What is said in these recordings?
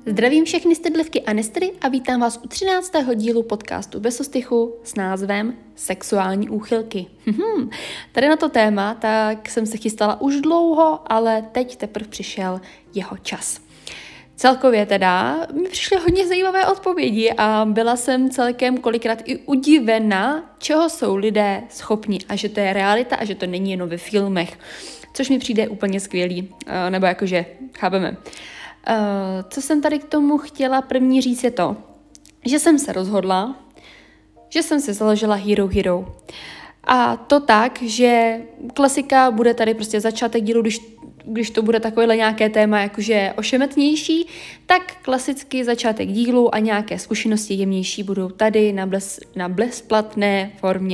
Zdravím všechny stydlivky a nestry a vítám vás u 13. dílu podcastu Bez ostychu s názvem Sexuální úchylky. Tady na to téma tak jsem se chystala už dlouho, ale teď teprve přišel jeho čas. Celkově teda mi přišly hodně zajímavé odpovědi a byla jsem celkem kolikrát i udivena, čeho jsou lidé schopni a že to je realita a že to není jenom ve filmech, což mi přijde úplně skvělý, nebo jakože chápeme. Co jsem tady k tomu chtěla první říct je to, že jsem se rozhodla, že jsem se založila Hero. A to tak, že klasika bude tady prostě začátek dílu, když to bude takovéhle nějaké téma jakože ošemetnější, tak klasicky začátek dílu a nějaké zkušenosti jemnější budou tady na bezplatné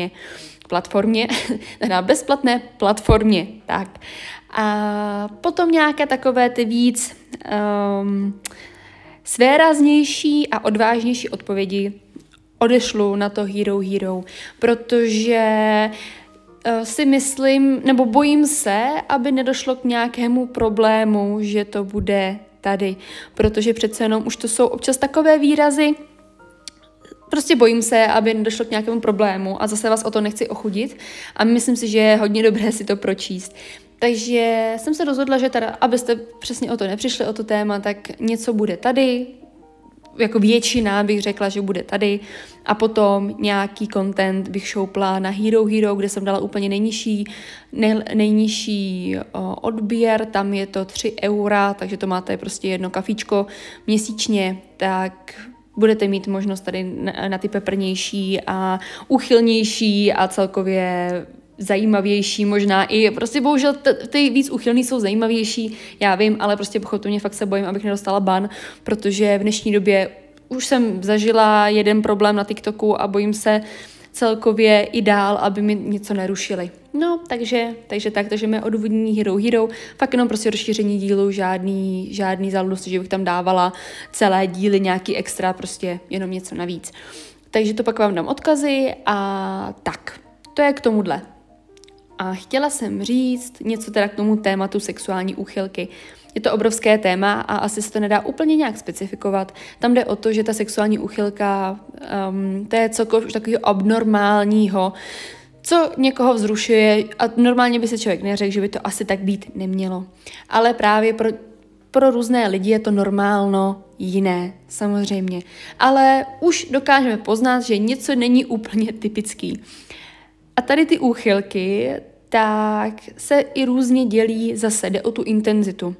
platformě. Tak. A potom nějaké takové ty víc svéráznější a odvážnější odpovědi odešlu na to Hero, protože si myslím, nebo bojím se, aby nedošlo k nějakému problému, že to bude tady, protože přece jenom už to jsou občas takové výrazy, prostě bojím se, aby nedošlo k nějakému problému a zase vás o to nechci ochudit a myslím si, že je hodně dobré si to pročíst. Takže jsem se rozhodla, že teda, abyste přesně o to nepřišli, o to téma, tak něco bude tady, jako většina bych řekla, že bude tady a potom nějaký content bych šoupla na Hero, kde jsem dala úplně nejnižší odběr, tam je to 3 €, takže to máte prostě jedno kafíčko měsíčně, tak budete mít možnost tady na ty peprnější a úchylnější a celkově zajímavější možná i, prostě bohužel ty víc úchylný jsou zajímavější, já vím, ale prostě pochopitelně fakt se bojím, abych nedostala ban, protože v dnešní době už jsem zažila jeden problém na TikToku a bojím se celkově i dál, aby mi něco nerušili. No, takže mé odůvodnění Hero, fakt jenom prostě rozšíření dílu, žádný záležitosti, že bych tam dávala celé díly, nějaký extra, prostě jenom něco navíc. Takže to pak vám dám odkazy a tak, to je k tomuhle. A chtěla jsem říct něco teda k tomu tématu sexuální úchylky. Je to obrovské téma a asi se to nedá úplně nějak specifikovat. Tam jde o to, že ta sexuální úchylka, to je cokoliv už takového abnormálního, co někoho vzrušuje a normálně by se člověk neřekl, že by to asi tak být nemělo. Ale právě pro různé lidi je to normálno jiné, samozřejmě. Ale už dokážeme poznat, že něco není úplně typický. A tady ty úchylky, tak se i různě dělí, zase jde o tu intenzitu.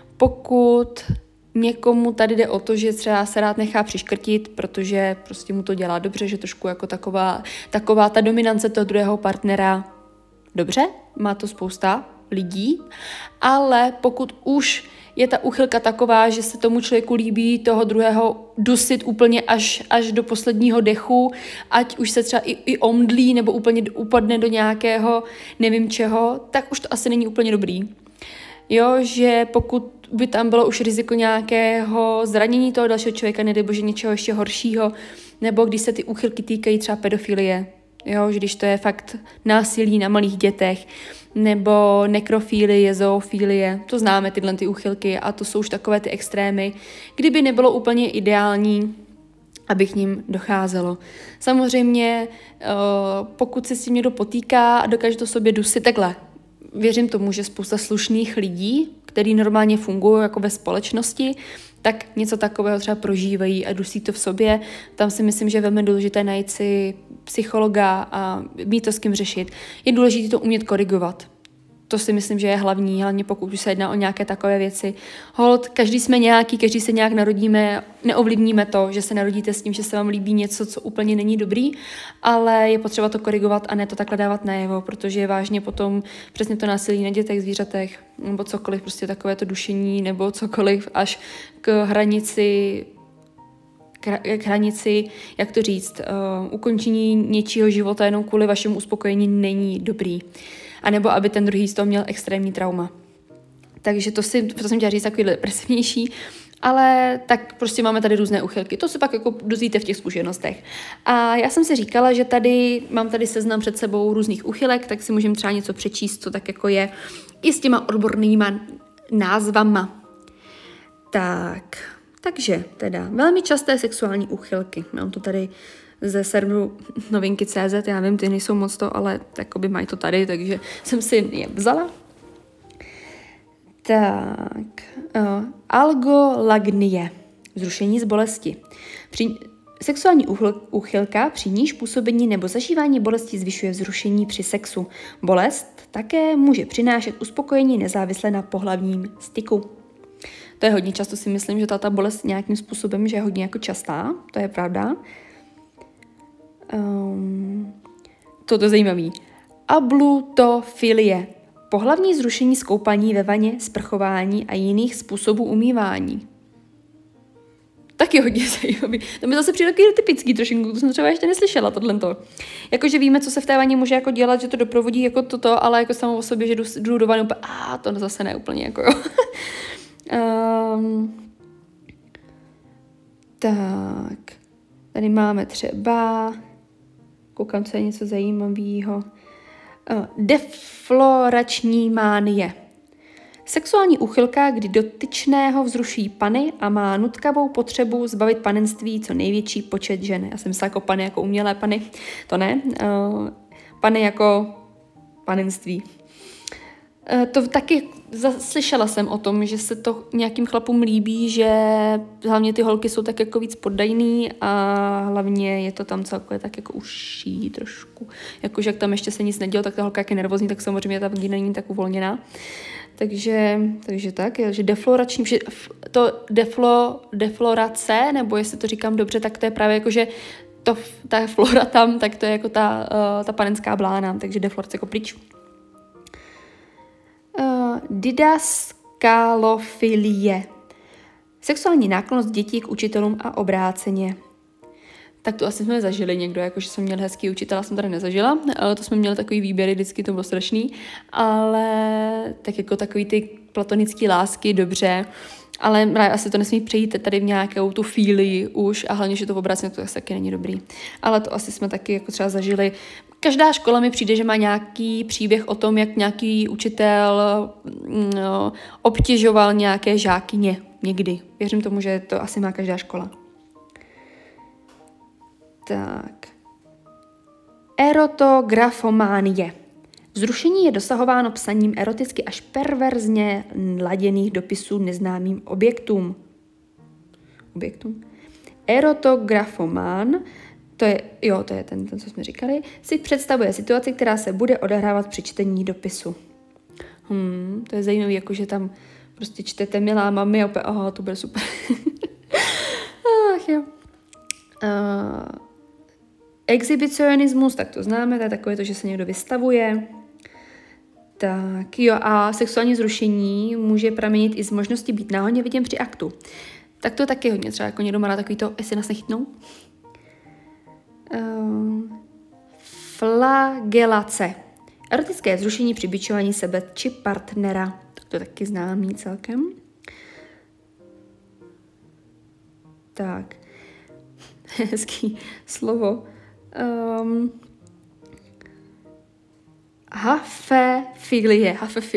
Pokud někomu tady jde o to, že třeba se rád nechá přiškrtit, protože prostě mu to dělá dobře, že trošku jako taková ta dominance toho druhého partnera, dobře, má to spousta lidí, ale pokud už je ta úchylka taková, že se tomu člověku líbí toho druhého dusit úplně až do posledního dechu, ať už se třeba i omdlí nebo úplně upadne do nějakého nevím čeho, tak už to asi není úplně dobrý. Jo, že pokud by tam bylo už riziko nějakého zranění toho dalšího člověka, nedej bože něčeho ještě horšího, nebo když se ty úchylky týkají třeba pedofilie, jo, že když to je fakt násilí na malých dětech, nebo nekrofilie, zoofilie, to známe tyhle ty úchylky a to jsou už takové ty extrémy, kdyby nebylo úplně ideální, aby k ním docházelo. Samozřejmě, pokud se s tím někdo potýká a dokáže to sobě dusit, takhle, věřím tomu, že spousta slušných lidí, který normálně fungují jako ve společnosti, tak něco takového třeba prožívají a dusí to v sobě. Tam si myslím, že je velmi důležité najít si psychologa a mít to s kým řešit. Je důležité to umět korigovat. To si myslím, že je hlavní, hlavně pokud už se jedná o nějaké takové věci. Hold, každý jsme nějaký, každý se nějak narodíme, neovlivníme to, že se narodíte s tím, že se vám líbí něco, co úplně není dobrý, ale je potřeba to korigovat a ne to takhle dávat najevo, protože je vážně potom přesně to násilí na dětech, zvířatech, nebo cokoliv, prostě takové to dušení, nebo cokoliv až k hranici, jak to říct, ukončení něčího života jenom kvůli vašemu uspokojení není dobrý. A nebo aby ten druhý z toho měl extrémní trauma. Takže to jsem chtěla říct takový depresivnější, ale tak prostě máme tady různé úchylky. To se pak jako dozvíte v těch zkušenostech. A já jsem si říkala, že mám tady seznam před sebou různých úchylek, tak si můžeme třeba něco přečíst, co tak jako je i s těma odbornýma názvama. Tak, Takže teda velmi časté sexuální úchylky. Mám to tady ze serveru novinky.cz, já vím, ty nejsou moc to, ale takoby mají to tady, takže jsem si je vzala. Tak, algolagnie, vzrušení z bolesti. Sexuální úchylka, při níž působení nebo zažívání bolesti zvyšuje vzrušení při sexu. Bolest také může přinášet uspokojení nezávisle na pohlavním styku. To je hodně často, si myslím, že ta bolest nějakým způsobem, že je hodně jako častá, to je pravda. Toto je zajímavý. Ablutofilie. Pohlavní zrušení z koupaní ve vaně, sprchování a jiných způsobů umývání. Taky hodně zajímavý. To mi zase přijde takový typický trošinku, to jsem třeba ještě neslyšela, tohleto. Jakože víme, co se v té vaně může jako dělat, že to doprovodí jako toto, ale jako samo o sobě, že jdu do vany úplně, to zase ne úplně jako jo. Tak, tady máme třeba, koukám, co je něco zajímavého. Deflorační mánie. Sexuální úchylka, kdy dotyčného vzruší pany a má nutkavou potřebu zbavit panenství co největší počet žen. Já jsem myslela jako pany, jako umělé pany, to ne. Pany jako panenství. To taky slyšela jsem o tom, že se to nějakým chlapům líbí, že hlavně ty holky jsou tak jako víc poddajný a hlavně je to tam celkově tak jako uší trošku. Jakože jak tam ještě se nic nedělo, tak ta holka jak je nervózní, tak samozřejmě ta vagina není tak uvolněná. Takže tak, že deflorační, to deflorace, nebo jestli to říkám dobře, tak to je právě jako, že ta flora tam, tak to je jako ta panenská blána, takže deflorace jako pryč. Didaskalofilie. Sexuální náklonnost dětí k učitelům a obráceně. Tak to asi jsme zažili někdo, jakože jsem měl hezký učitel, já jsem tady nezažila. To jsme měli takový výběry, vždycky to bylo strašný. Ale tak jako takový ty platonické lásky, dobře. Ale asi to nesmí přejít tady v nějakou tu filii už a hlavně, že to v obráceně to asi taky není dobrý. Ale to asi jsme taky jako třeba zažili. Každá škola mi přijde, že má nějaký příběh o tom, jak nějaký učitel obtěžoval nějaké žákyně někdy. Věřím tomu, že to asi má každá škola. Tak. Erotografománie. Vzrušení je dosahováno psaním eroticky až perverzně laděných dopisů neznámým objektům. Erotografomán, to je ten, co jsme říkali, si představuje situaci, která se bude odehrávat při čtení dopisu. To je zajímavé, jakože tam prostě čtete milá mami a opět, to bude super. Ach jo. Exhibicionismus, tak to známe, to je takové to, že se někdo vystavuje. Tak jo, a sexuální zrušení může pramenit i z možnosti být náhodně viděn při aktu. Tak to je taky hodně, třeba jako někdo má takový to, jestli nás nechytnou. Flagelace. Erotické vzrušení při bičování sebe či partnera. To je taky známý celkem. Tak. Hezký slovo. Hafefilie.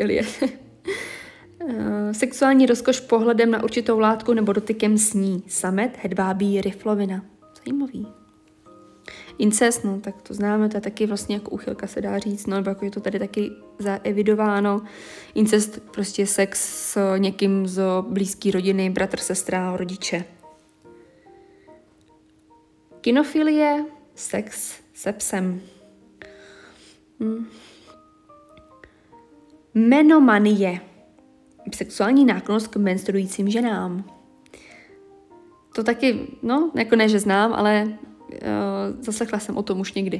Sexuální rozkoš pohledem na určitou látku nebo dotykem s ní. Samet, hedvábí, riflovina. Zajímavý. Incest, tak to známe, to je taky vlastně jako úchylka se dá říct, nebo jako je to tady taky zaevidováno. Incest, prostě sex s někým z blízké rodiny, bratr, sestra, rodiče. Kinofilie, sex se psem. Menomanie. Sexuální náklonnost k menstruujícím ženám. To taky, jako ne, že znám, ale zaslechla jsem o tom už někdy.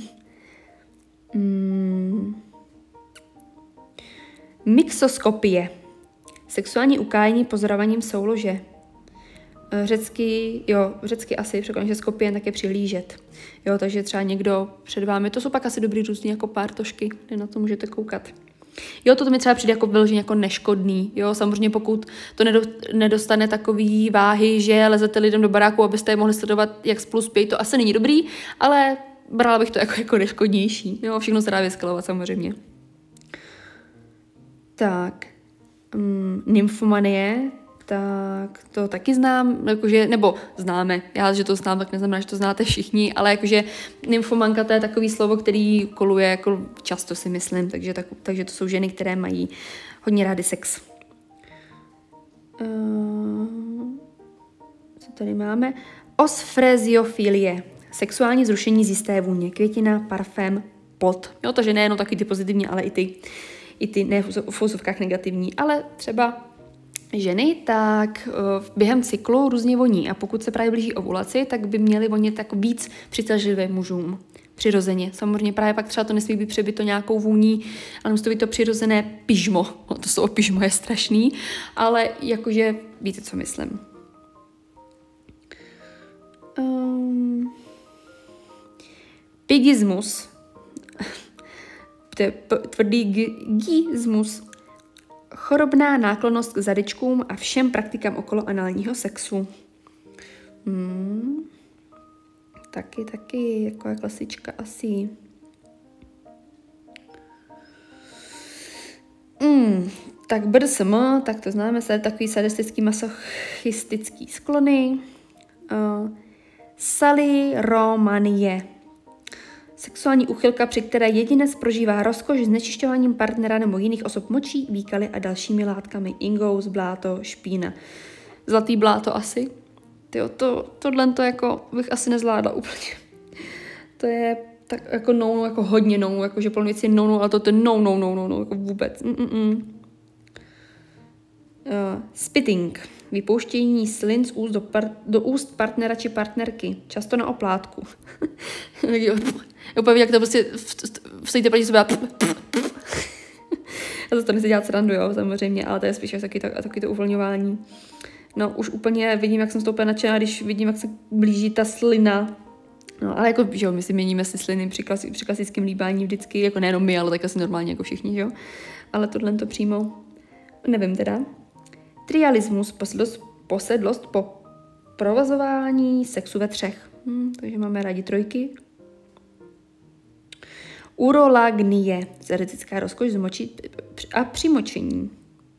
Mixoskopie. Sexuální ukájení pozorovaním soulože. Řecky asi překlad, že skopien tak je přihlížet. Jo, takže třeba někdo před vámi, to jsou pak asi dobrý různý jako pártošky, kde na to můžete koukat. Jo, to mi třeba přijde jako vyloženě jako neškodný. Jo, samozřejmě pokud to nedostane takový váhy, že lezete lidem do baráku, abyste je mohli sledovat, jak spolu spějí, to asi není dobrý, ale brala bych to jako neškodnější. Jo, všechno se dá vyskalovat samozřejmě. Tak, nymfomanie, tak to taky znám, jakože, nebo známe, já, že to znám, tak neznamená, že to znáte všichni, ale jakože nymfomanka to je takový slovo, který koluje jako často si myslím, takže to jsou ženy, které mají hodně rády sex. Co tady máme? Osfreziofilie, sexuální zrušení z jisté vůně, květina, parfém, pot. Jo, takže nejenom taky ty pozitivní, ale i ty ne v úzovkách negativní, ale třeba ženy, tak během cyklu různě voní a pokud se právě blíží ovulaci, tak by měly vonět jako víc přitažlivé mužům. Přirozeně. Samozřejmě právě pak třeba to nesmí být přebyto nějakou vůní, ale musí to být to přirozené pyžmo. To slovo pyžmo je strašný, ale jakože víte, co myslím. Pigismus. To je tvrdý gismus. Chorobná náklonnost k zadečkům a všem praktikám okolo análního sexu. Taky, jako je klasička asi. Tak BDSM, tak to známe se, takový sadistický, masochistický sklony. Saliromanie. Sexuální úchylka, při které jedinec prožívá rozkoš znečišťováním partnera nebo jiných osob močí, výkaly a dalšími látkami. Ingous, bláto, špína. Zlatý bláto asi. Tyjo, tohle to jako bych asi nezvládla úplně. To je tak jako no, jako hodně no, jako že plno věcí je no, ale to je no, jako vůbec. Spitting. Vypouštění slin z úst do úst partnera či partnerky. Často na oplátku. Úplně jak to prostě vstejte proti sobě. Já to nechci dělat srandu, jo, samozřejmě, ale to je spíš taky to uvolňování. No, už úplně vidím, jak jsem z toho úplně nadšená, když vidím, jak se blíží ta slina. No, ale jako, že jo, my si měníme si sliny při klasickém líbání vždycky, jako nejenom my, ale tak asi normálně jako všichni, že jo. Ale tohle to přímo, nevím teda. Trialismus, posedlost po provozování sexu ve třech. Takže máme rádi trojky. Urolagnie, erotická rozkoš z močí a přimočení.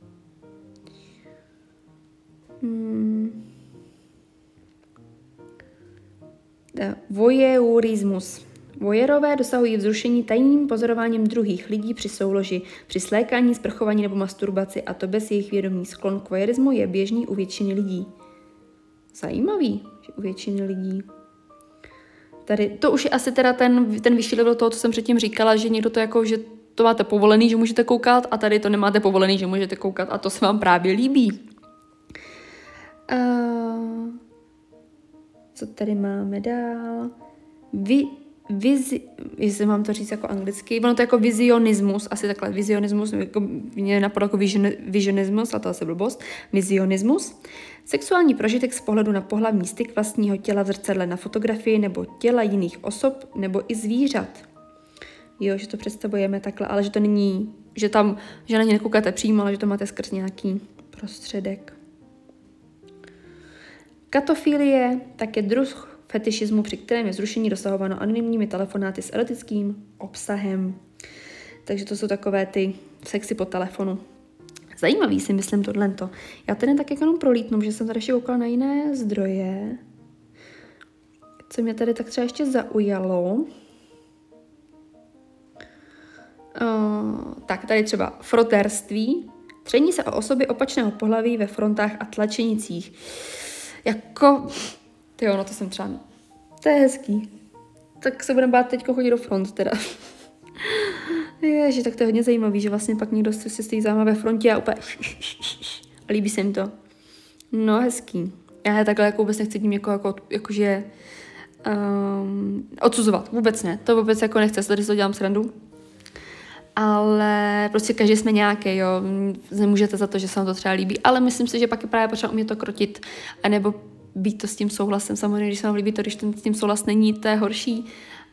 Voyeurismus. Vojerové dosahují vzrušení tajným pozorováním druhých lidí při souloži, při slékání, sprchování nebo masturbaci, a to bez jejich vědomí. Sklon k vojerismu je běžný u většiny lidí. Zajímavý, že u většiny lidí. Tady, to už je asi teda ten vyšší level toho, co jsem předtím říkala, že někdo to jako, že to máte povolený, že můžete koukat, a tady to nemáte povolený, že můžete koukat, a to se vám právě líbí. Co tady máme dál? Jestli mám to říct jako anglicky, ono to jako vizionismus, asi takhle, vizionismus, jako mě napadlo jako visionismus, a to asi blbost, vizionismus. Sexuální prožitek z pohledu na pohlavní styk vlastního těla v zrcadle na fotografii nebo těla jiných osob nebo i zvířat. Jo, že to představujeme takhle, ale že to není, že na ně nekoukáte přímo, ale že to máte skrz nějaký prostředek. Katofilie, tak je druh fetišismu, při kterém je zrušení dosahováno anonymními telefonáty s erotickým obsahem. Takže to jsou takové ty sexy po telefonu. Zajímavý si myslím tohleto. Já tady tak jenom prolítnu, že jsem tady ještě koukala na jiné zdroje. Co mě tady tak třeba ještě zaujalo. Tak tady třeba frotérství. Tření se o osoby opačného pohlaví ve frontách a tlačenicích. Jako... Tyjo, no to jsem třeba... To je hezký. Tak se budeme bát teďko chodit do front teda. Ježi, tak to je hodně zajímavý, že vlastně pak někdo si stojí záma ve frontě a úplně... A líbí se jim to. No, hezký. Já takhle jako vůbec nechci tím jakože... odsuzovat. Vůbec ne. To vůbec jako nechci. Tady si to dělám srandu. Ale prostě každý jsme nějaký, jo. Nemůžete za to, že se vám to třeba líbí. Ale myslím si, že pak je právě potřeba umět to krotit. A nebo být to s tím souhlasem. Samozřejmě, když se vám líbí to, když ten s tím souhlas není, to je horší.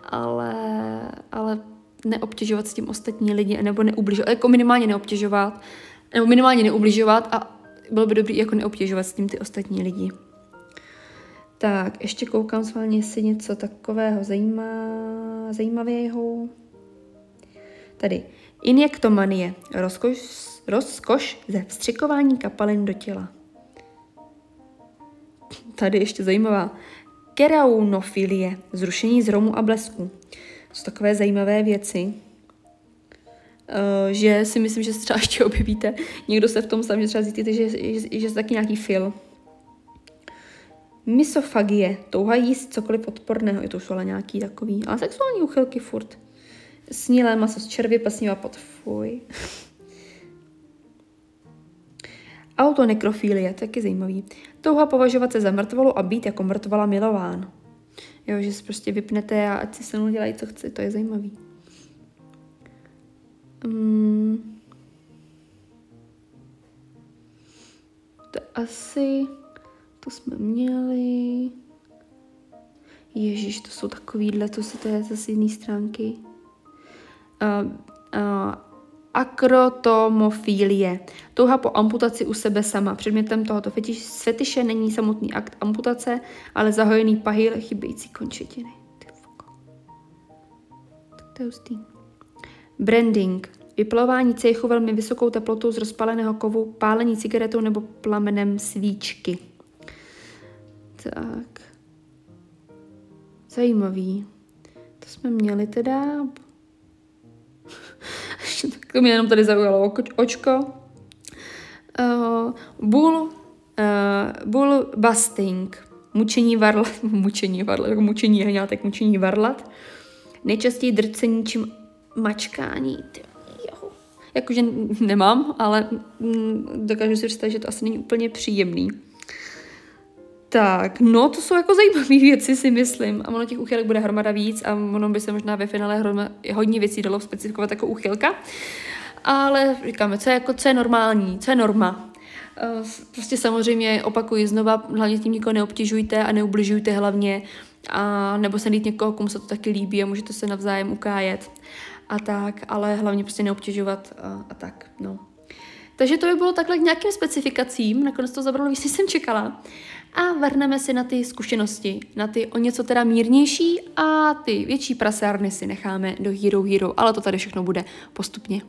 Ale neobtěžovat s tím ostatní lidi, nebo neubližovat, jako minimálně neobtěžovat, nebo minimálně neubližovat, a bylo by dobré jako neobtěžovat s tím ty ostatní lidi. Tak, ještě koukám sválně, jestli něco takového zajímavého. Tady. Injektomanie. Rozkoš ze vstřikování kapalin do těla. tady ještě zajímavá. Keraunofilie, zrušení z romu a blesku. Jsou takové zajímavé věci, že si myslím, že se třeba ještě objevíte. Někdo se v tom sám, že třeba zjistíte, že je taky nějaký fil. Misofagie, touha jíst cokoliv odporného, je to už ale nějaký takový, ale sexuální úchylky furt. Snílé maso z červy, pasnivá pod fuj. Autonekrofilie, taky zajímavý. Touha považovat se za mrtvolu a být jako mrtvola milován. Jo, že si prostě vypnete a ať si se mnou dělají, co chci, to je zajímavý. To asi... To jsme měli... Ježíš, to jsou takovýhle, to je zase jiný stránky. Akrotomofilie. Touha po amputaci u sebe sama. Předmětem tohoto fetiše není samotný akt amputace, ale zahojený pahýl chybějící končetiny. Tak to je hustý. Branding. Vyplavování cejchu velmi vysokou teplotou z rozpáleného kovu, pálení cigaretou nebo plamenem svíčky. Tak. Zajímavý. To jsme měli teda... To mě jenom tady zaujalo očko. Bull busting. Mučení hňátek, mučení varlat. Nejčastěji drcení čím mačkání. Jakože nemám, ale dokážu si představit, že to asi není úplně příjemný. Tak, no to jsou jako zajímavé věci, si myslím. A ono těch úchylek bude hromada víc a ono by se možná ve finále hodně věcí dalo specifikovat jako úchylka. Ale říkáme, co je normální, co je norma. Prostě samozřejmě opakuji znova, hlavně tím nikoho neobtěžujte a neubližujte hlavně. A nebo se najít někoho, komu se to taky líbí a můžete se navzájem ukájet. A tak, ale hlavně prostě neobtěžovat a tak, no. Takže to by bylo takhle k nějakým specifikacím, nakonec to zabralo víc, než jsem čekala. A vrhneme si na ty zkušenosti, na ty o něco teda mírnější a ty větší prasárny si necháme do Hero, ale to tady všechno bude postupně.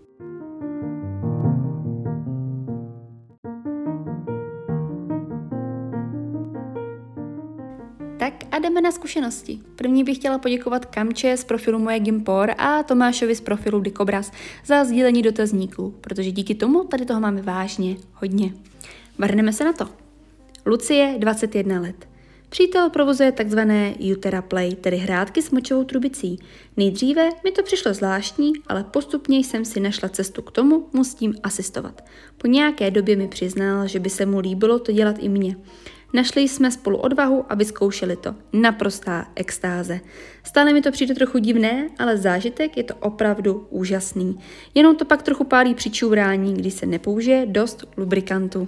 Tak a jdeme na zkušenosti. První bych chtěla poděkovat Kamče z profilu Moje Gimpor a Tomášovi z profilu Dikobraz za sdílení dotazníků, protože díky tomu tady toho máme vážně hodně. Vrhneme se na to. Lucie, 21 let. Přítel provozuje takzvané Uteraplay, tedy hrátky s močovou trubicí. Nejdříve mi to přišlo zvláštní, ale postupně jsem si našla cestu k tomu, mu s tím asistovat. Po nějaké době mi přiznal, že by se mu líbilo to dělat i mně. Našli jsme spolu odvahu a vyzkoušeli to. Naprostá extáze. Stále mi to přijde trochu divné, ale zážitek je to opravdu úžasný. Jenom to pak trochu pálí při čůrání, když se nepoužije dost lubrikantu.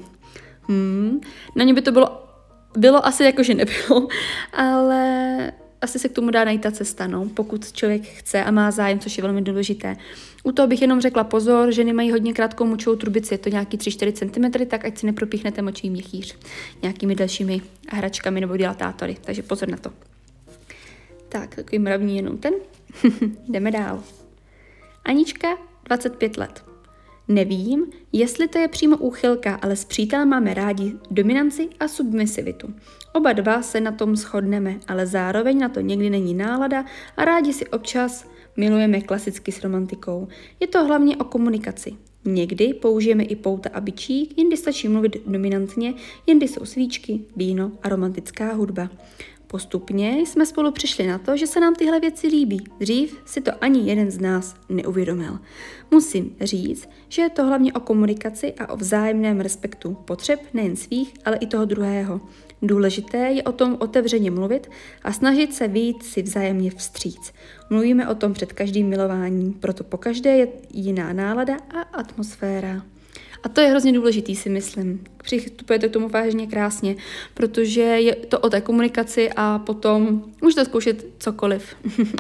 Na ně by to bylo asi jako, že nebylo, ale asi se k tomu dá najít ta cesta, no, pokud člověk chce a má zájem, což je velmi důležité. U toho bych jenom řekla pozor, že nemají hodně krátkou močovou trubici, je to nějaký 3-4 cm, tak ať si nepropíchnete močový měchýř nějakými dalšími hračkami nebo dilatátory, takže pozor na to. Tak, takový mravní jenom ten. Jdeme dál. Anička, 25 let. Nevím, jestli to je přímo úchylka, ale s přítelem máme rádi dominanci a submisivitu. Oba dva se na tom shodneme, ale zároveň na to někdy není nálada a rádi si občas milujeme klasicky s romantikou. Je to hlavně o komunikaci. Někdy použijeme i pouta a bičík, jindy stačí mluvit dominantně, jindy jsou svíčky, víno a romantická hudba. Postupně jsme spolu přišli na to, že se nám tyhle věci líbí. Dřív si to ani jeden z nás neuvědomil. Musím říct, že je to hlavně o komunikaci a o vzájemném respektu potřeb nejen svých, ale i toho druhého. Důležité je o tom otevřeně mluvit a snažit se vyjít si vzájemně vstříc. Mluvíme o tom před každým milováním, proto pokaždé je jiná nálada a atmosféra. A to je hrozně důležitý, si myslím. Přistupujete k tomu vážně krásně, protože je to o té komunikaci a potom můžete zkoušet cokoliv.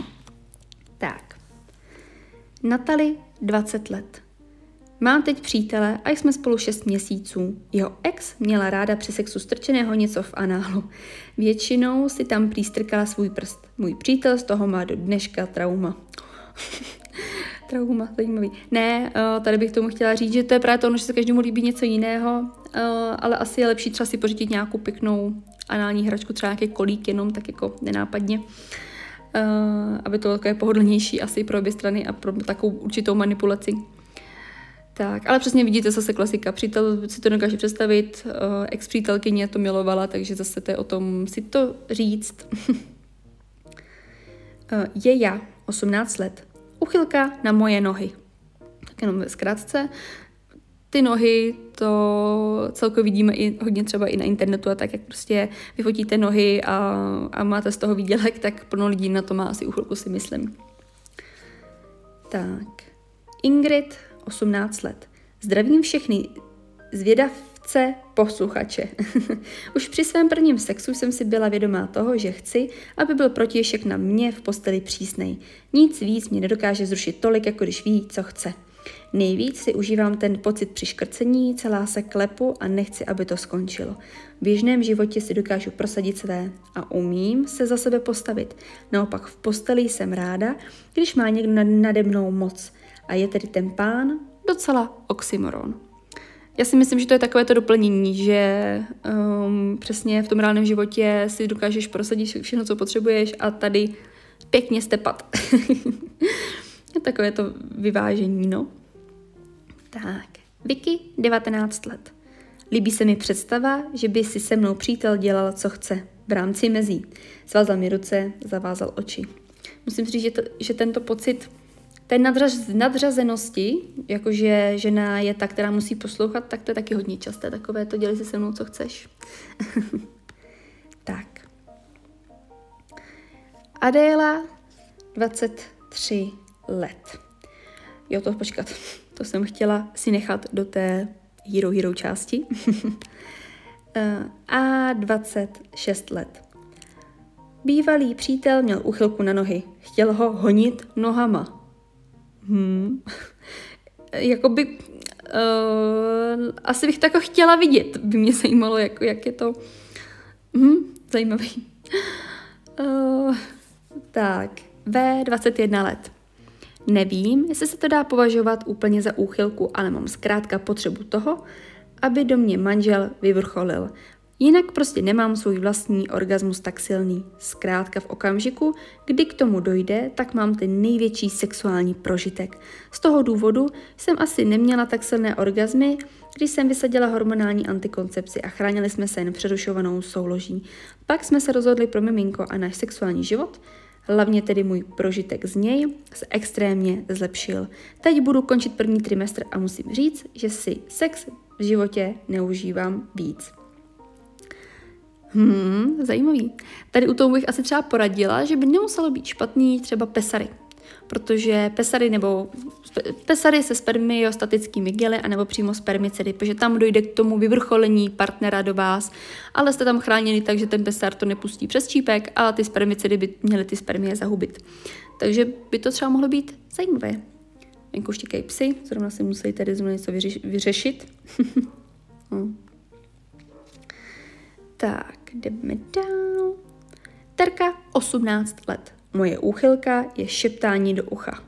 Tak. Natali, 20 let. Mám teď přítele a jsme spolu 6 měsíců. Jeho ex měla ráda při sexu strčeného něco v análu. Většinou si tam přístrkala svůj prst. Můj přítel z toho má do dneška trauma. Trauma, zajímavý. Ne, tady bych tomu chtěla říct, že to je právě to, že se každému líbí něco jiného, ale asi je lepší třeba si pořídit nějakou pěknou anální hračku, třeba nějaký kolík jenom tak jako nenápadně, aby to bylo takové pohodlnější asi pro obě strany a pro takovou určitou manipulaci. Tak, ale přesně vidíte zase klasika. Přítel si to dokáže představit, ex-přítelkyně to milovala, takže zase to je o tom si to říct. Je já, 18 let. Uchylka na moje nohy. Tak jenom ve zkrátce. Ty nohy, to celkově vidíme i hodně třeba i na internetu a tak, jak prostě vyfotíte nohy a máte z toho výdělek, tak plno lidí na to má asi uchylku, si myslím. Tak. Ingrid, 18 let. Zdravím všechny zvědavce posluchače. Už při svém prvním sexu jsem si byla vědomá toho, že chci, aby byl protějšek na mě v posteli přísnej. Nic víc mě nedokáže zrušit tolik, jako když ví, co chce. Nejvíc si užívám ten pocit při škrcení, celá se klepu a nechci, aby to skončilo. V běžném životě si dokážu prosadit své a umím se za sebe postavit. Naopak v posteli jsem ráda, když má někdo nade mnou moc. A je tedy ten pán docela oxymoron. Já si myslím, že to je takové to doplnění, že přesně v tom reálném životě si dokážeš prosadit všechno, co potřebuješ a tady pěkně stepat. Je takové to vyvážení, no. Tak, Vicky, 19 let. Líbí se mi představa, že by si se mnou přítel dělal, co chce, v rámci mezí. Svázal mi ruce, zavázal oči. Musím říct, že tento pocit té nadřazenosti, jakože žena je ta, která musí poslouchat, tak to je taky hodně časté. Takové to dělej si se mnou, co chceš. Tak. Adéla, 23 let. Jo, to počkat. To jsem chtěla si nechat do té Hero části. A 26 let. Bývalý přítel měl úchylku na nohy. Chtěl ho honit nohama. Jakoby asi bych to jako chtěla vidět. By mě zajímalo, jak je to zajímavý. Tak, V 21 let. Nevím, jestli se to dá považovat úplně za úchylku, ale mám zkrátka potřebu toho, aby do mě manžel vyvrcholil. Jinak prostě nemám svůj vlastní orgasmus tak silný. Zkrátka v okamžiku, kdy k tomu dojde, tak mám ten největší sexuální prožitek. Z toho důvodu jsem asi neměla tak silné orgasmy, když jsem vysadila hormonální antikoncepci a chránili jsme se jen přerušovanou souloží. Pak jsme se rozhodli pro miminko a náš sexuální život, hlavně tedy můj prožitek z něj, se extrémně zlepšil. Teď budu končit první trimestr a musím říct, že si sex v životě neužívám víc. Zajímavý. Tady u toho bych asi třeba poradila, že by nemuselo být špatný třeba pesary. Protože pesary se spermiostatickými gely anebo přímo spermicidy, protože tam dojde k tomu vyvrcholení partnera do vás, ale jste tam chráněni tak, že ten pesar to nepustí přes čípek a ty spermicidy by měly ty spermie zahubit. Takže by to třeba mohlo být zajímavé. Venku štěkají psy, zrovna si museli tady zrovna něco vyřešit. Tak, jdeme dál. Terka, 18 let. Moje úchylka je šeptání do ucha.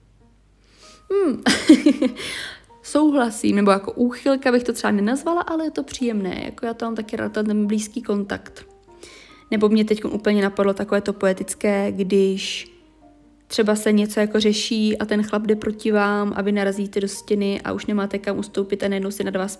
Souhlasím, nebo jako úchylka bych to třeba nenazvala, ale je to příjemné. Jako já to mám taky rád ten blízký kontakt. Nebo mě teď úplně napadlo takové to poetické, když třeba se něco jako řeší a ten chlap jde proti vám a vy narazíte do stěny a už nemáte kam ustoupit a najednou si nad vás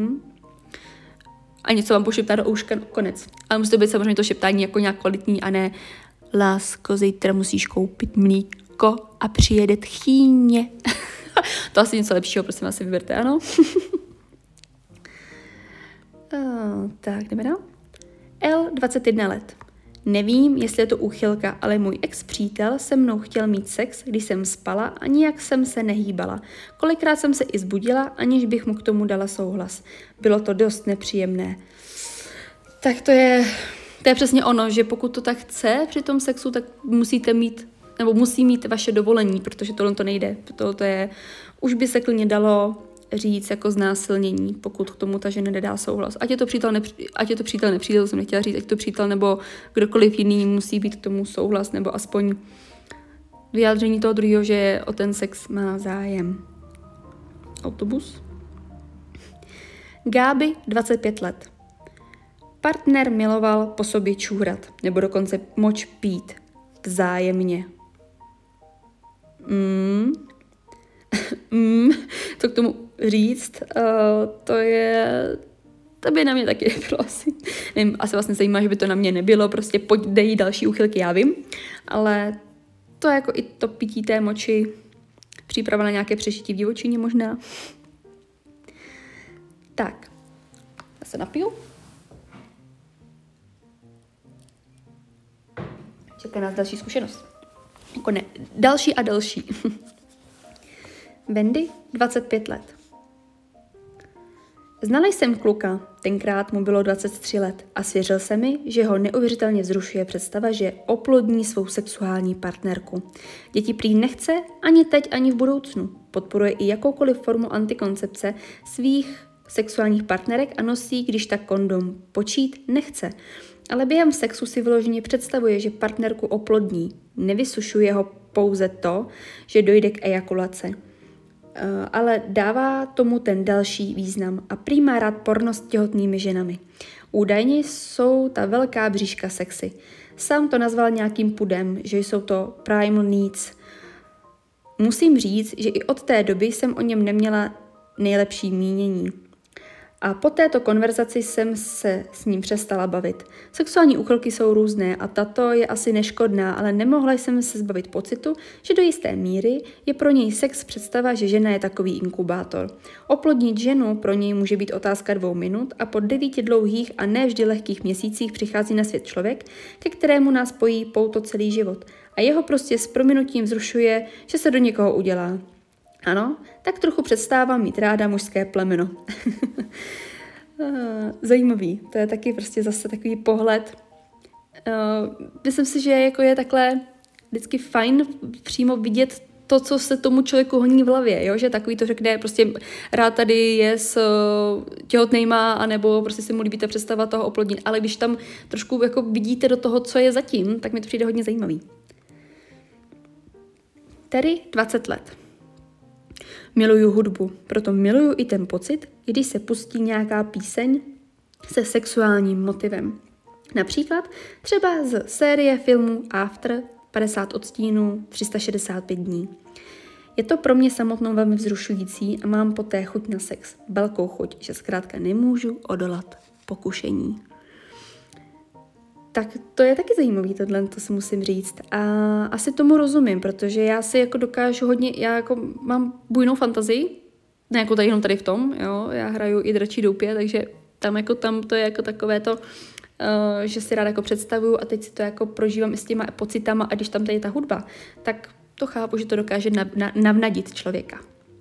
a něco vám pošeptá do ouška, konec. Ale musí to být samozřejmě to šeptání jako nějak kvalitní a ne lásko, zítra musíš koupit mlíko a přijede tchýně. To asi něco lepšího, prosím vás si vyberte, ano. Tak, jdeme dál. L, 21 let. Nevím, jestli je to úchylka, ale můj ex-přítel se mnou chtěl mít sex, když jsem spala a nijak jsem se nehýbala. Kolikrát jsem se i zbudila, aniž bych mu k tomu dala souhlas. Bylo to dost nepříjemné. Tak to je přesně ono, že pokud to tak chce při tom sexu, tak musíte mít, nebo musí mít vaše dovolení, protože tohle to nejde. To je, už by se klidně dalo říct jako znásilnění, pokud k tomu ta žena nedá souhlas. Ať je to přítel, nepřítel, jsem nechtěla říct, ať to přítel nebo kdokoliv jiný, musí být k tomu souhlas, nebo aspoň vyjádření toho druhého, že o ten sex má zájem. Autobus. Gáby, 25 let. Partner miloval po sobě čůrat, nebo dokonce moč pít. Vzájemně. Co k tomu říct, to by na mě taky nebylo asi. Nevím, asi vlastně zajímá, že by to na mě nebylo, prostě pojď dej další úchylky, já vím, ale to jako i to pití té moči, příprava na nějaké přežití v divočině možná. Tak, já se napiju. Čeká nás další zkušenost. Jako ne, další a další. Wendy, 25 let. Znala jsem kluka, tenkrát mu bylo 23 let a svěřil se mi, že ho neuvěřitelně vzrušuje představa, že oplodní svou sexuální partnerku. Děti prý nechce ani teď, ani v budoucnu. Podporuje i jakoukoliv formu antikoncepce svých sexuálních partnerek a nosí, když tak kondom. Počít nechce. Ale během sexu si vyloženě představuje, že partnerku oplodní. Nevysušuje ho pouze to, že dojde k ejakulaci. Ale dává tomu ten další význam a prý má rád porno s těhotnými ženami. Údajně jsou ta velká bříška sexy. Sám to nazval nějakým pudem, že jsou to primal needs. Musím říct, že i od té doby jsem o něm neměla nejlepší mínění. A po této konverzaci jsem se s ním přestala bavit. Sexuální úchylky jsou různé a tato je asi neškodná, ale nemohla jsem se zbavit pocitu, že do jisté míry je pro něj sex představa, že žena je takový inkubátor. Oplodnit ženu pro něj může být otázka 2 minut a po 9 dlouhých a ne vždy lehkých měsících přichází na svět člověk, ke kterému nás pojí pouto celý život. A jeho prostě s prominutím vzrušuje, že se do někoho udělá. Ano, tak trochu přestávám mít ráda mužské plemeno. Zajímavý, to je taky prostě zase takový pohled. Myslím si, že jako je takhle vždycky fajn přímo vidět to, co se tomu člověku honí v hlavě, jo? Že takový to řekne, prostě rád tady je s těhotnejma, anebo prostě si mu líbí ta představa toho oplodnit, ale když tam trošku jako vidíte do toho, co je zatím, tak mi to přijde hodně zajímavý. Terry, 20 let. Miluju hudbu, proto miluju i ten pocit, když se pustí nějaká píseň se sexuálním motivem. Například třeba z série filmů After, 50 odstínů, 365 dní. Je to pro mě samotnou velmi vzrušující a mám poté chuť na sex. Velkou chuť, že zkrátka nemůžu odolat pokušení. Tak to je taky zajímavý, tohle, to si musím říct. A asi tomu rozumím, protože já si jako dokážu hodně, já jako mám bujnou fantazii, ne jako tady jenom tady v tom, jo, já hraju i dračí doupě, takže tam to je jako takové to, že si ráda jako představuju a teď si to jako prožívám i s těma pocitama a když tam tady je ta hudba, tak to chápu, že to dokáže navnadit člověka.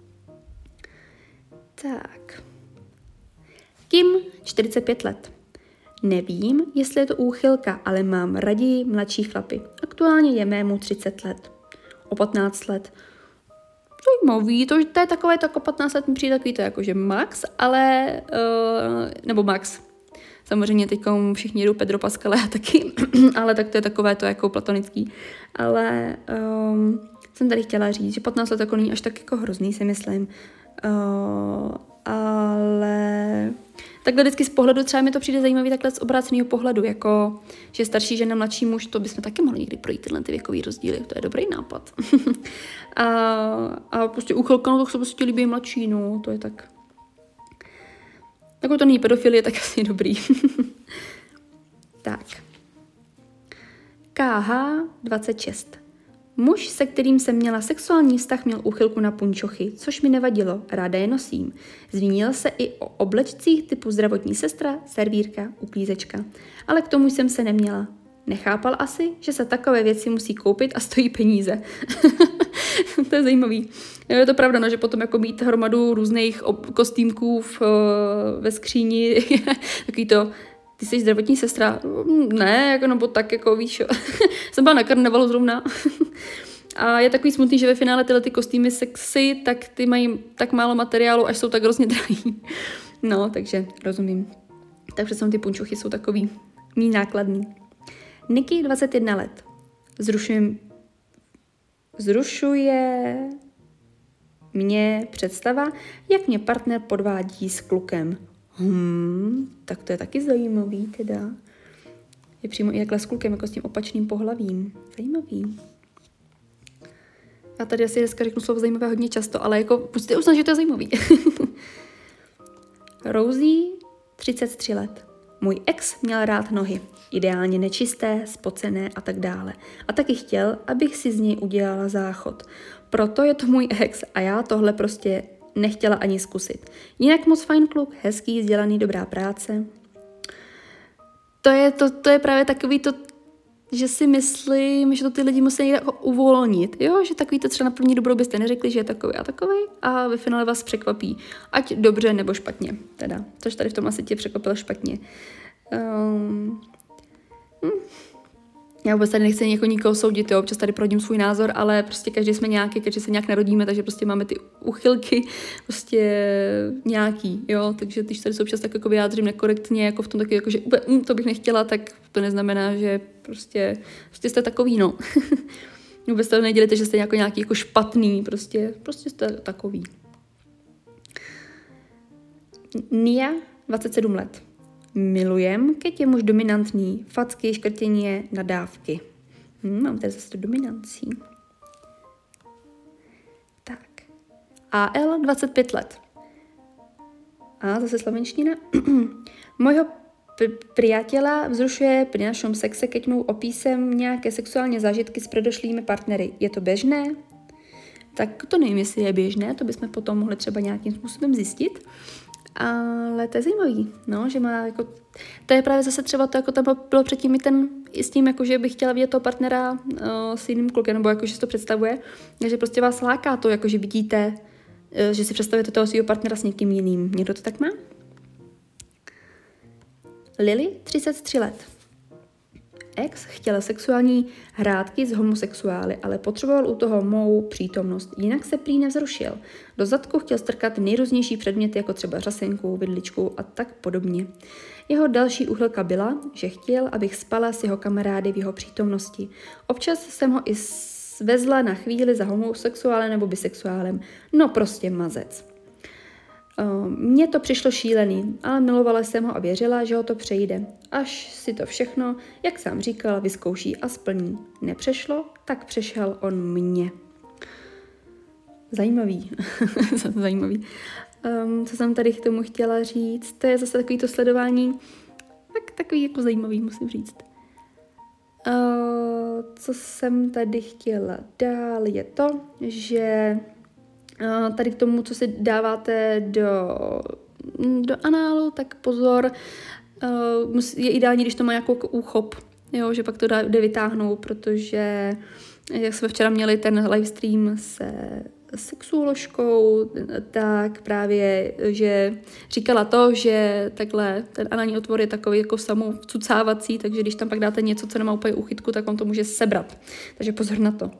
Tak. Kim, 45 let. Nevím, jestli je to úchylka, ale mám raději mladší chlapy. Aktuálně je mému 30 let. O 15 let. Zajímavý, to je takové, tak o 15 let mi přijde takový to jakože max, ale, nebo max. Samozřejmě teď všichni jdou Pedro Pascale a taky, ale tak to je takové to jako platonický. Ale jsem tady chtěla říct, že 15 let jako není až tak jako hrozný, si myslím. Ale takhle vždycky z pohledu, třeba mi to přijde zajímavý takhle z obráceného pohledu, jako že starší žena, mladší muž, to bychom taky mohli někdy projít tyhle ty věkový rozdíly, to je dobrý nápad. a prostě úchylka, no to se prostě líbí mladší, no, to je tak. Takovou to není pedofilie, tak asi dobrý. Tak. KH 26. Muž, se kterým jsem měla sexuální vztah, měl úchylku na punčochy, což mi nevadilo, ráda je nosím. Zmínil se i o oblečcích typu zdravotní sestra, servírka, uklízečka. Ale k tomu jsem se neměla. Nechápal asi, že se takové věci musí koupit a stojí peníze. To je zajímavý. Je to pravda, no, že potom jako mít hromadu různých kostýmků ve skříni, takový to, ty jsi zdravotní sestra? Ne, jako, no, tak jako víš, jsem byla na karnevalu zrovna. A je takový smutný, že ve finále tyhle ty kostýmy sexy, tak ty mají tak málo materiálu, až jsou tak hrozně drahý. No, takže rozumím. Takže ty punčochy jsou takový mý nákladný. Niky, 21 let. Zrušuje mě představa, jak mě partner podvádí s klukem. Tak to je taky zajímavý teda. Je přímo i jakhle s klukem, jako s tím opačným pohlavím. Zajímavý. Já tady asi dneska řeknu slovo zajímavé hodně často, ale jako musíte uznat, že to je zajímavý. Rosie, 33 let. Můj ex měl rád nohy, ideálně nečisté, spocené a tak dále. A taky chtěl, abych si z něj udělala záchod. Proto je to můj ex a já tohle prostě nechtěla ani zkusit. Jinak moc fajn kluk, hezký, vzdělaný, dobrá práce. To je právě takový to, že si myslím, že to ty lidi musí někde uvolnit, jo? Že takový to třeba na první dobrou byste neřekli, že je takový a ve finále vás překvapí. Ať dobře nebo špatně, teda. Což tady v tom asi tě překvapilo špatně. Já vůbec tady nechci jako nikoho soudit, jo? Občas tady prodím svůj názor, ale prostě každý jsme nějaký, každý se nějak narodíme, takže prostě máme ty úchylky prostě nějaký, jo? Takže když tady se občas tak jako vyjádřím nekorektně, jako v tom taky, jako, že to bych nechtěla, tak to neznamená, že prostě jste takový, no. Vůbec to nedělejte, že jste nějaký jako špatný, prostě jste takový. Nia, 27 let. Milujem, keď je muž dominantní, facky, škrtění, nadávky. Mám tady zase dominancí. Tak. AL, 25 let. A zase slovenština. Mojho priateľa vzrušuje pri našom sexe, keď mu opísem nějaké sexuální zážitky s predošlými partnery. Je to běžné? Tak to nevím, jestli je běžné, to bychom potom mohli třeba nějakým způsobem zjistit. Ale to je zajímavý, no, že má jako, to je právě zase třeba to, jako tam bylo předtím i s tím, jako, že bych chtěla vidět toho partnera s jiným klukem, nebo jako, že si to představuje, takže prostě vás láká to, jako, že vidíte, že si představujete toho svého partnera s někým jiným. Někdo to tak má? Lily, 33 let. Ex chtěl sexuální hrátky s homosexuály, ale potřeboval u toho mou přítomnost, jinak se prý nevzrušil. Do zadku chtěl strkat nejrůznější předměty, jako třeba řasenku, vidličku a tak podobně. Jeho další úchylka byla, že chtěl, abych spala s jeho kamarády v jeho přítomnosti. Občas jsem ho i svezla na chvíli za homosexuálem nebo bisexuálem. No prostě mazec. Mně to přišlo šílený, ale milovala jsem ho a věřila, že ho to přejde. Až si to všechno, jak sám říkal, vyzkouší a splní. Nepřešlo, tak přešel on mě. Zajímavý. Zajímavý. Co jsem tady k tomu chtěla říct, to je zase takový to sledování, takový jako zajímavý, musím říct. Co jsem tady chtěla dál, je to, že tady k tomu, co si dáváte do análu, tak pozor, je ideální, když to má nějakou úchop, jo, že pak to jde vytáhnout, protože jak jsme včera měli ten livestream se sexuoložkou, tak právě, že říkala to, že takhle ten anální otvor je takový jako samovcucávací, takže když tam pak dáte něco, co nemá úplně úchytku, tak on to může sebrat. Takže pozor na to.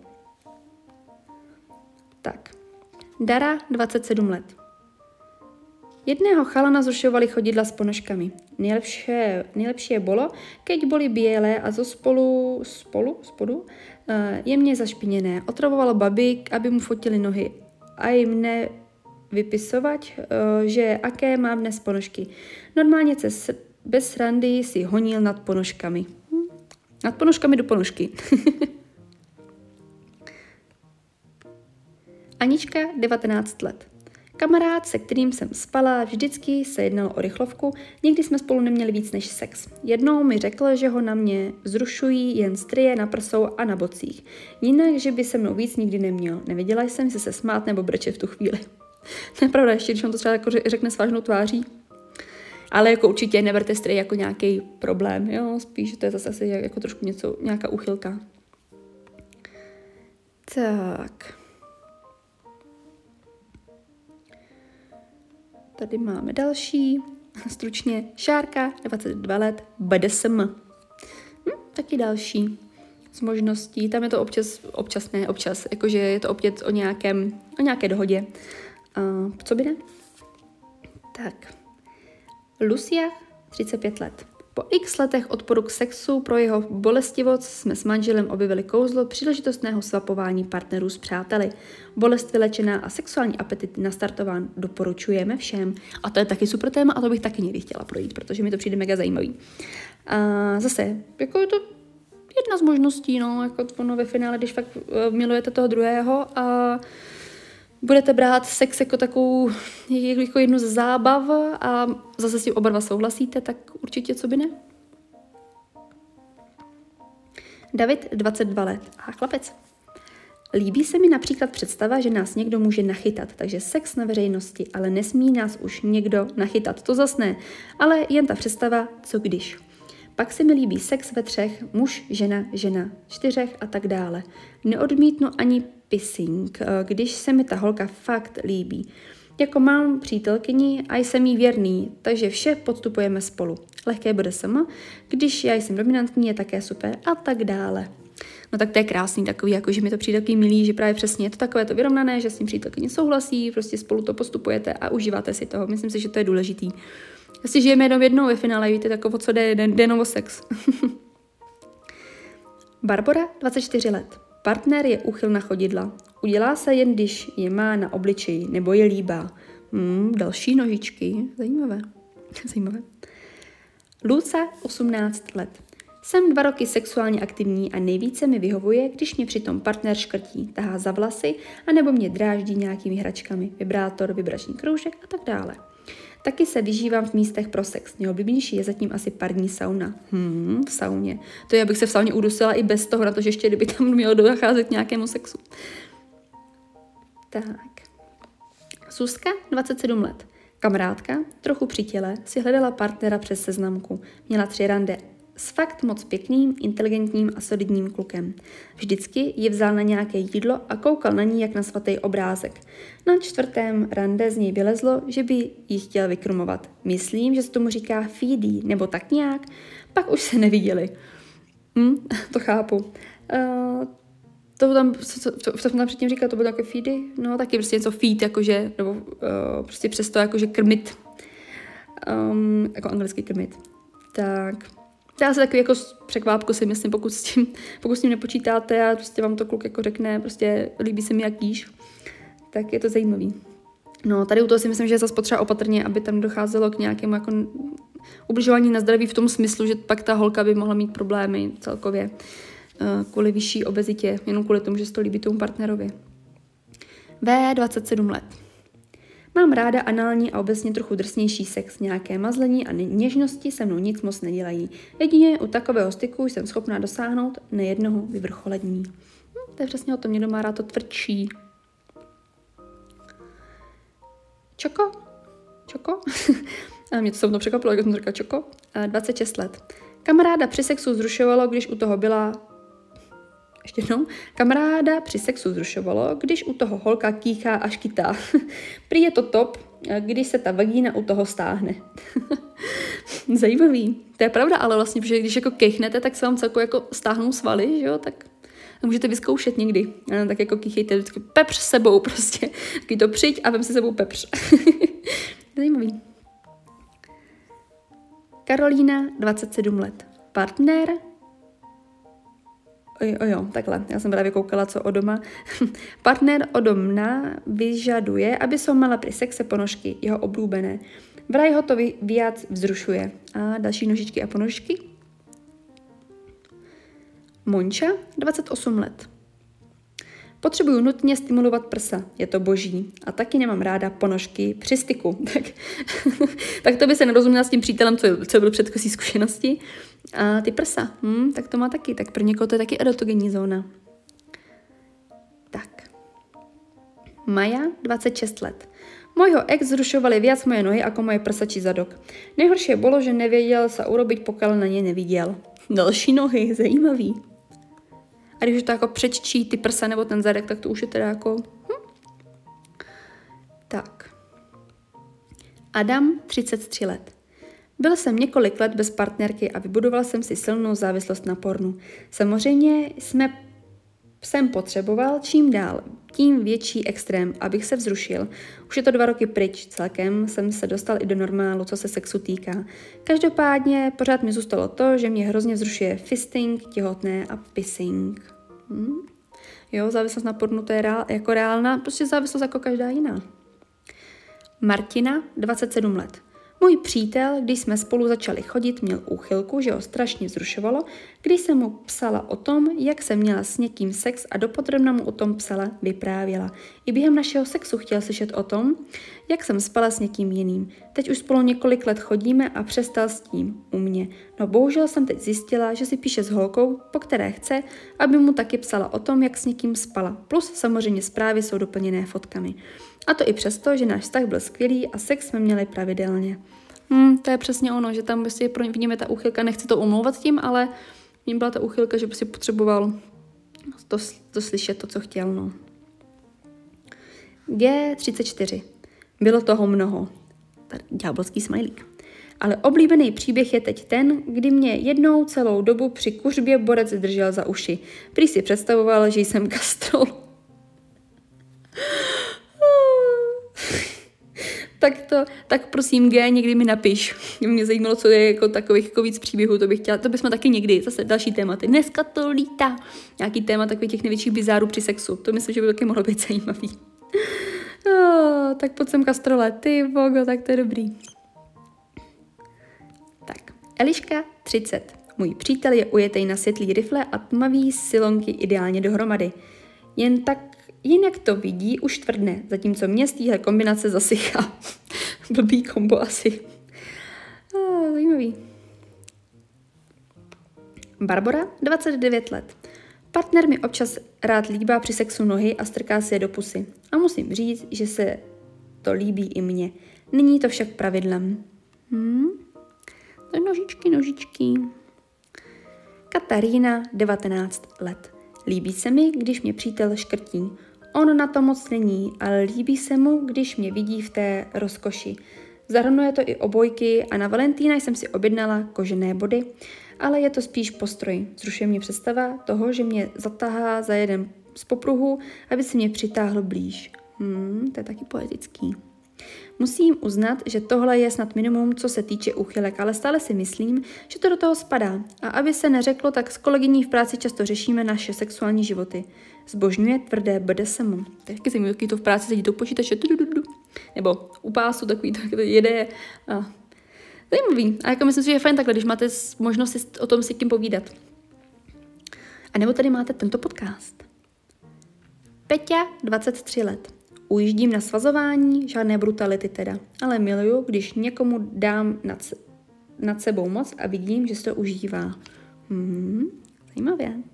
Tak. Dara, 27 let. Jedného chalana zrušovali chodidla s ponožkami. Nejlepšie bolo, keď boli biele a zo spodu jemne zašpinené. Otravovalo babi, aby mu fotili nohy a jim ne vypisovať, že aké mám dnes ponožky. Normálně bez srandy si honil nad ponožkami. Nad ponožkami do ponožky. Anička, 19 let. Kamarád, se kterým jsem spala, vždycky se jednalo o rychlovku, nikdy jsme spolu neměli víc než sex. Jednou mi řekl, že ho na mě vzrušují jen strie na prsou a na bocích. Jinak, že by se mnou víc nikdy neměl. Nevěděla jsem, jestli se smát nebo brečet v tu chvíli. To je pravda, ještě když on to třeba jako řekne s vážnou tváří. Ale jako určitě neberte strie jako nějaký problém, jo, spíš to je zase asi jako trošku něco, nějaká úchylka. Tak. Tady máme další, stručně Šárka, 22 let, BDSM. Taky další z možností, tam je to občas, jakože je to opět o nějaké dohodě. Co by ne? Tak, Lucia, 35 let. Po x letech odporu k sexu pro jeho bolestivost jsme s manželem objevili kouzlo příležitostného swapování partnerů s přáteli. Bolest vylečená a sexuální apetit nastartován doporučujeme všem. A to je taky super téma a to bych taky někdy chtěla projít, protože mi to přijde mega zajímavý. A zase, jako je to jedna z možností, no, jako ono ve finále, když fakt milujete toho druhého a budete brát sex jako takovou jako jednu z zábav a zase s tím oba dva souhlasíte, tak určitě co by ne. David, 22 let a chlapec. Líbí se mi například představa, že nás někdo může nachytat, takže sex na veřejnosti, ale nesmí nás už někdo nachytat, to zas ne, ale jen ta představa, co když. Pak se mi líbí sex ve 3, muž, žena, 4 a tak dále. Neodmítnu ani pissing, když se mi ta holka fakt líbí. Jako mám přítelkyni a jsem jí věrný, takže vše podstupujeme spolu. Lehké bude sama, když já jsem dominantní, je také super a tak dále. No tak to je krásný takový, jako že mi to přijde takový milý, že právě přesně je to takové to vyrovnané, že s tím přítelkyně souhlasí, prostě spolu to postupujete a užíváte si toho. Myslím si, že to je důležitý. Jestli žijeme jenom jednou ve finále, víte, tak o co jde jenom o sex. Barbora, 24 let. Partner je úchyl na chodidla. Udělá se jen, když je má na obličeji nebo je líbá. Další nožičky. Zajímavé. Luca, 18 let. Jsem 2 roky sexuálně aktivní a nejvíce mi vyhovuje, když mě přitom partner škrtí, tahá za vlasy anebo mě dráždí nějakými hračkami, vibrátor, vibrační kroužek a tak dále. Taky se vyžívám v místech pro sex. Nejoblíbenější je zatím asi parní sauna. V sauně. To já bych se v sauně udusila i bez toho, na to, že ještě kdyby tam mělo docházet k nějakému sexu. Tak. Zuzka, 27 let. Kamarádka, trochu při těle, si hledala partnera přes seznamku. Měla 3 rande s fakt moc pěkným, inteligentním a solidním klukem. Vždycky ji vzal na nějaké jídlo a koukal na ní jak na svatý obrázek. Na 4. rande z něj vylezlo, že by ji chtěl vykrumovat. Myslím, že se tomu říká feedy, nebo tak nějak. Pak už se neviděli. To chápu. To jsem tam předtím říkala, to bylo takové feedy. No taky prostě něco feed, jakože, nebo prostě přesto jakože krmit. Jako anglicky krmit. Tak... Já se takový jako překvápku si myslím, pokud s tím nepočítáte a prostě vám to kluk jako řekne, prostě líbí se mi jak jíš, tak je to zajímavý. No, tady u toho si myslím, že je zase potřeba opatrně, aby tam docházelo k nějakému jako ubližování na zdraví v tom smyslu, že pak ta holka by mohla mít problémy celkově kvůli vyšší obezitě, jenom kvůli tomu, že se to líbí tomu partnerovi. 27 let. Mám ráda anální a obecně trochu drsnější sex, nějaké mazlení a něžnosti se mnou nic moc nedělají. Jedině u takového styku jsem schopná dosáhnout nejednoho vyvrcholení. To je přesně o tom, někdo má rád to tvrdší. Čoko? A mě to se mnou překvapilo, jak jsem říkala čoko. 26 let. Kamaráda při sexu zrušovalo, když u toho byla... Ještě jednou. Kamaráda při sexu zrušovalo, když u toho holka kýchá a škytá. Prý je to top, když se ta vagína u toho stáhne. Zajímavý. To je pravda, ale vlastně, protože když jako kechnete, tak se vám celkově jako stáhnou svaly, že jo, tak můžete vyzkoušet někdy. Tak jako kýchejte vždycky pepř sebou prostě. Taky to přijď a vem si sebou pepř. Zajímavý. Karolína, 27 let. Partner... Jo, takhle. Já jsem právě koukala, co o doma. Partner odo mna vyžaduje, aby som mala pri sexe ponožky, jeho oblúbené. Vraj ho to viac vzrušuje. A další nožičky a ponožky. Monča, 28 let. Potřebuju nutně stimulovat prsa, je to boží. A taky nemám ráda ponožky při styku. Tak to by se nerozuměla s tím přítelem, co byl předchozí zkušenosti. A ty prsa, tak to má taky. Tak pro někoho to je taky erotogenní zóna. Tak. Maja, 26 let. Mojho ex zrušovali viac moje nohy ako moje prsa či zadok. Nejhoršie bolo, že nevěděl sa urobiť, pokiaľ na ně neviděl. Další nohy, zajímavý. A když už to jako přeččí ty prsa nebo ten zadek, tak to už je teda jako... Tak. Adam, 33 let. Byl jsem několik let bez partnerky a vybudoval jsem si silnou závislost na pornu. Samozřejmě jsme jsem potřeboval čím dál tím větší extrém, abych se vzrušil. Už je to 2 roky pryč, celkem jsem se dostal i do normálu, co se sexu týká. Každopádně pořád mi zůstalo to, že mě hrozně vzrušuje fisting, těhotné a pissing. Jo, závislost na pornu, to je jako reálná, prostě závislost jako každá jiná. Martina, 27 let. Můj přítel, když jsme spolu začali chodit, měl úchylku, že ho strašně vzrušovalo, když jsem mu psala o tom, jak jsem měla s někým sex a dopodrobna mu o tom psala, vyprávěla. I během našeho sexu chtěl slyšet o tom, jak jsem spala s někým jiným. Teď už spolu několik let chodíme a přestal s tím u mě. No bohužel jsem teď zjistila, že si píše s holkou, po které chce, aby mu taky psala o tom, jak s někým spala. Plus samozřejmě zprávy jsou doplněné fotkami. A to i přesto, že náš vztah byl skvělý a sex jsme měli pravidelně. To je přesně ono, že tam prostě pro něj ta úchylka, nechci to omlouvat tím, ale mně byla ta úchylka, že prostě potřeboval to slyšet, to, co chtěl. No. G34. Bylo toho mnoho. Ďábelský smajlík. Ale oblíbený příběh je teď ten, kdy mě jednou celou dobu při kuřbě borec držel za uši. Prý si představoval, že jsem kastrol. Tak prosím, G, někdy mi napiš. Mě zajímalo, co je jako takových jako víc příběhů, to bych chtěla, to bychom taky někdy, zase další tématy. Dneska to lítá. Nějaký téma takových těch největších bizárů při sexu. To myslím, že by taky mohlo být zajímavý. Tak pojď sem kastrole, ty bogo, tak to je dobrý. Tak, Eliška, 30. Můj přítel je ujetej na světlý rifle a tmavý silonky ideálně dohromady. Jinak to vidí, už tvrdne, zatímco mě z téhle kombinace zasychá. Blbý kombo asi. Zajímavý. Barbora, 29 let. Partner mi občas rád líbá při sexu nohy a strká si je do pusy. A musím říct, že se to líbí i mně. Není to však pravidlem. To je nožičky. Katarína, 19 let. Líbí se mi, když mě přítel škrtí. On na to moc není, ale líbí se mu, když mě vidí v té rozkoši. Zahrnuje to i obojky a na Valentína jsem si objednala kožené body, ale je to spíš postroj. Zrušuje mě představa toho, že mě zatahá za jeden z popruhů, aby se mě přitáhl blíž. To je taky poetický. Musím uznat, že tohle je snad minimum, co se týče úchylek, ale stále si myslím, že to do toho spadá. A aby se neřeklo, tak s kolegyní v práci často řešíme naše sexuální životy. Zbožňuje tvrdé BDSM. Taky se mi to v práci sedí do počítače, nebo u pásu takový to jede. Zajímavý. A jako myslím si, že je fajn takhle, když máte možnost si o tom si tím povídat. A nebo tady máte tento podcast. Peťa, 23 let. Ujíždím na svazování, žádné brutality teda, ale miluju, když někomu dám nad sebou moc a vidím, že se to užívá. Zajímavé.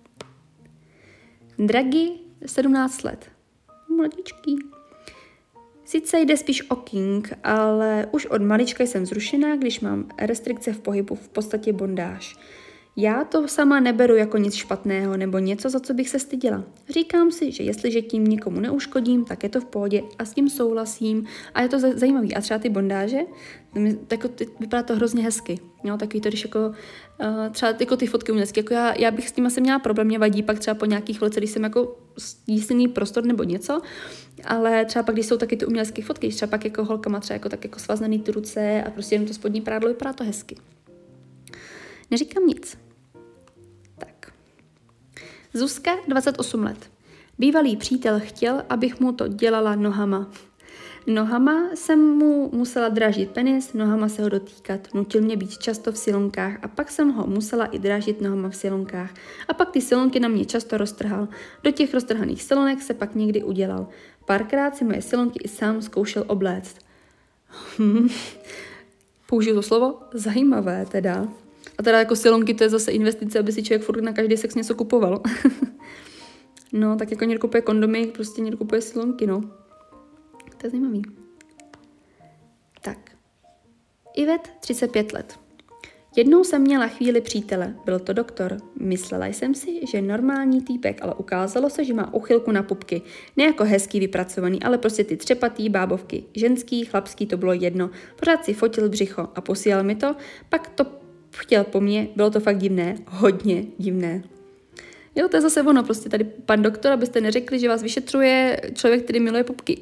Dragi, 17 let. Mladíčký. Sice jde spíš o king, ale už od malička jsem zrušená, když mám restrikce v pohybu, v podstatě bondáž. Já to sama neberu jako nic špatného nebo něco, za co bych se styděla. Říkám si, že jestliže tím nikomu neuškodím, tak je to v pohodě a s tím souhlasím a je to zajímavý. A třeba ty bondáže, vypadá to hrozně hezky. Jo, takový to, když jako, třeba jako ty fotky umělecky, jako já bych s tím asi měla problém, mě vadí pak třeba po nějakých chvilce, když jsem jako jízdený prostor nebo něco, ale třeba pak, když jsou taky ty umělecké fotky, třeba pak jako holka má třeba jako, tak jako svaznaný ty ruce a prostě jenom to spodní prádlo, vypadá to hezky. Neříkám nic. Tak. Zuzka, 28 let. Bývalý přítel chtěl, abych mu to dělala nohama. Nohama jsem mu musela dráždit penis, nohama se ho dotýkat. Nutil mě být často v silonkách a pak jsem ho musela i dráždit nohama v silonkách. A pak ty silonky na mě často roztrhal. Do těch roztrhaných silonek se pak někdy udělal. Párkrát si moje silonky i sám zkoušel obléct. Použiju to slovo? Zajímavé teda. A teda jako silonky, to je zase investice, aby si člověk furt na každý sex něco kupoval. No, tak jako někdo kupuje kondomy, prostě někdo kupuje silonky, no. To je zajímavý. Tak. Ivet, 35 let. Jednou jsem měla chvíli přítele, byl to doktor. Myslela jsem si, že normální týpek, ale ukázalo se, že má uchylku na pupky. Ne jako hezký vypracovaný, ale prostě ty třepatý bábovky. Ženský, chlapský, to bylo jedno. Pořád si fotil břicho a posílal mi to, pak to chtěl po mně, bylo to fakt divné, hodně divné. Jo, to je zase ono, prostě tady pan doktor, abyste neřekli, že vás vyšetřuje člověk, který miluje popky.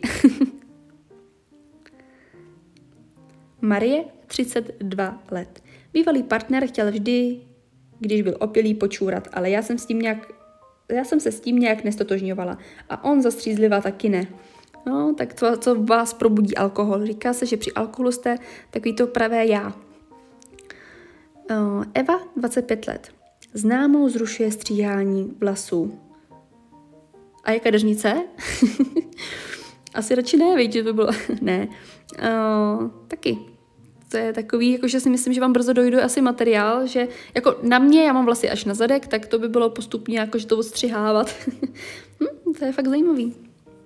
Marie, 32 let. Bývalý partner chtěl vždy, když byl opilý, počůrat, ale já jsem se s tím nějak nestotožňovala. A on zastřízlivá taky ne. No, tak co vás probudí alkohol? Říká se, že při alkoholu jste takový to pravé já. Eva, 25 let. Známou zrušuje stříhání vlasů. A je kadeřnice? Asi radši ne, víš, že to bylo. Ne. Taky. To je takový, jakože si myslím, že vám brzo dojdu asi materiál, že jako na mě, já mám vlasy až na zadek, tak to by bylo postupně jakože to odstřihávat. To je fakt zajímavý.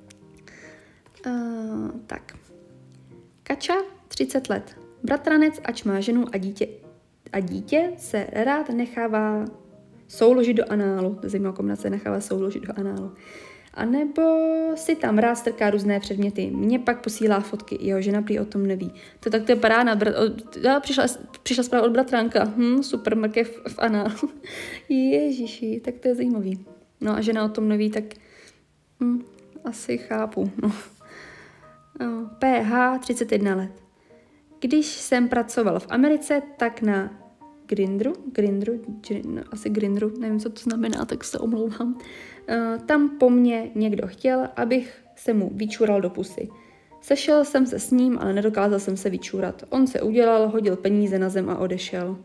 Tak. Kača, 30 let. Bratranec, ač má ženu a dítě se rád nechává souložit do análu. To je zajímavá kombinace, nechává souložit do análu. A nebo si tam rád strká různé předměty. Mně pak posílá fotky, jeho žena prý o tom neví. To je paráda. Přišla zpráva od bratránka. Super, mrkev v análu. Ježiši, tak to je zajímavý. No a žena o tom neví, tak asi chápu. No. PH, 31 let. Když jsem pracoval v Americe, tak na Grindru, nevím, co to znamená, tak se omlouvám. Tam po mně někdo chtěl, abych se mu vyčural do pusy. Sešel jsem se s ním, ale nedokázal jsem se vyčurat. On se udělal, hodil peníze na zem a odešel.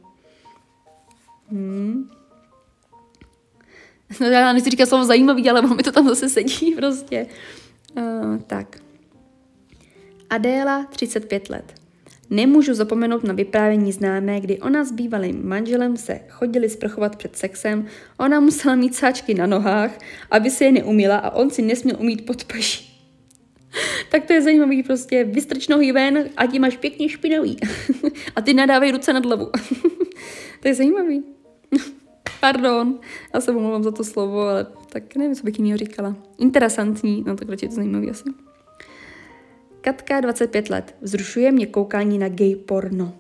No, já nechci říkat slovo zajímavý, ale mi to tam zase sedí prostě. Tak. Adéla, 35 let. Nemůžu zapomenout na vyprávění známé, kdy ona s bývalým manželem se chodili sprchovat před sexem, ona musela mít sáčky na nohách, aby se je neumila a on si nesměl umýt podpaží. Tak to je zajímavý, prostě vystrč nohy ven a ti máš pěkně špinavý. A ty nadávej ruce nad hlavu. To je zajímavý. Pardon, já se omlouvám za to slovo, ale tak nevím, co bych jiného říkala. Interesantní, no tak radši je to zajímavý asi. Katka, 25 let. Vzrušuje mě koukání na gay porno.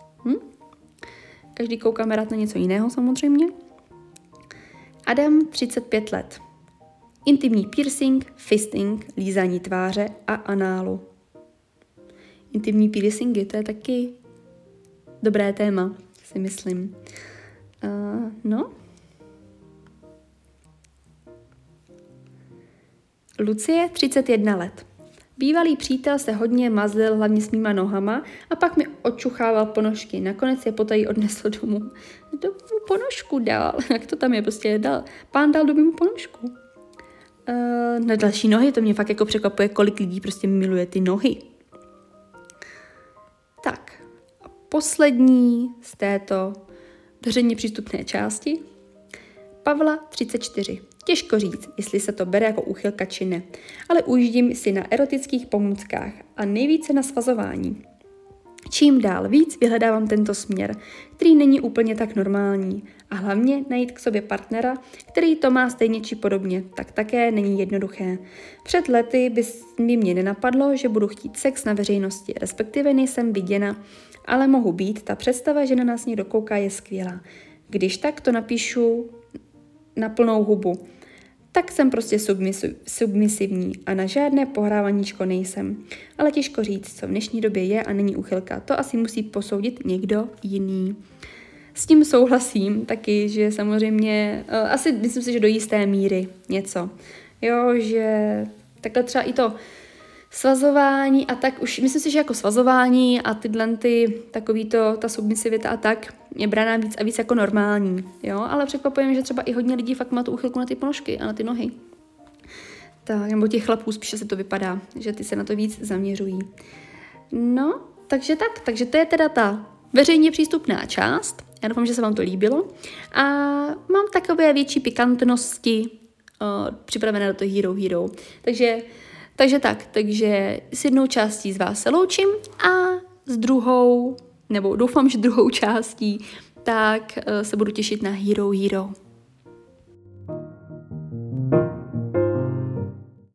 Každý koukáme rád na něco jiného samozřejmě. Adam, 35 let. Intimní piercing, fisting, lízání tváře a análu. Intimní piercingy, to je taky dobré téma, si myslím. No. Lucie, 31 let. Bývalý přítel se hodně mazlil hlavně s mýma nohama a pak mi očuchával ponožky. Nakonec je potají odnesl domů. To mu ponožku dal. Jak to tam je? Prostě pán dal domů ponožku. Na další nohy, to mě fakt jako překvapuje, kolik lidí prostě miluje ty nohy. Tak. A poslední z této veřejně přístupné části. Pavla, 34. Těžko říct, jestli se to bere jako úchylka či ne, ale ujíždím si na erotických pomůckách a nejvíce na svazování. Čím dál víc vyhledávám tento směr, který není úplně tak normální a hlavně najít k sobě partnera, který to má stejně či podobně, tak také není jednoduché. Před lety by mě nenapadlo, že budu chtít sex na veřejnosti, respektive nejsem viděna, ale mohu být, ta představa, že na nás někdo kouká, je skvělá. Když tak to napíšu na plnou hubu, tak jsem prostě submisivní a na žádné pohrávaníčko nejsem. Ale těžko říct, co v dnešní době je a není úchylka. To asi musí posoudit někdo jiný. S tím souhlasím taky, že samozřejmě, asi myslím si, že do jisté míry něco. Jo, že takhle třeba i to svazování a tak už, myslím si, že jako svazování a ta submisivita a tak je braná víc a víc jako normální, jo, ale překvapuje mě, že třeba i hodně lidí fakt má tu úchylku na ty ponožky a na ty nohy. Tak, nebo těch chlapů spíše se to vypadá, že ty se na to víc zaměřují. No, takže to je teda ta veřejně přístupná část. Já doufám, že se vám to líbilo. A mám takové větší pikantnosti připravené do toho Hero. Takže s jednou částí z vás se loučím a s druhou, nebo doufám, že druhou částí, tak se budu těšit na Hero.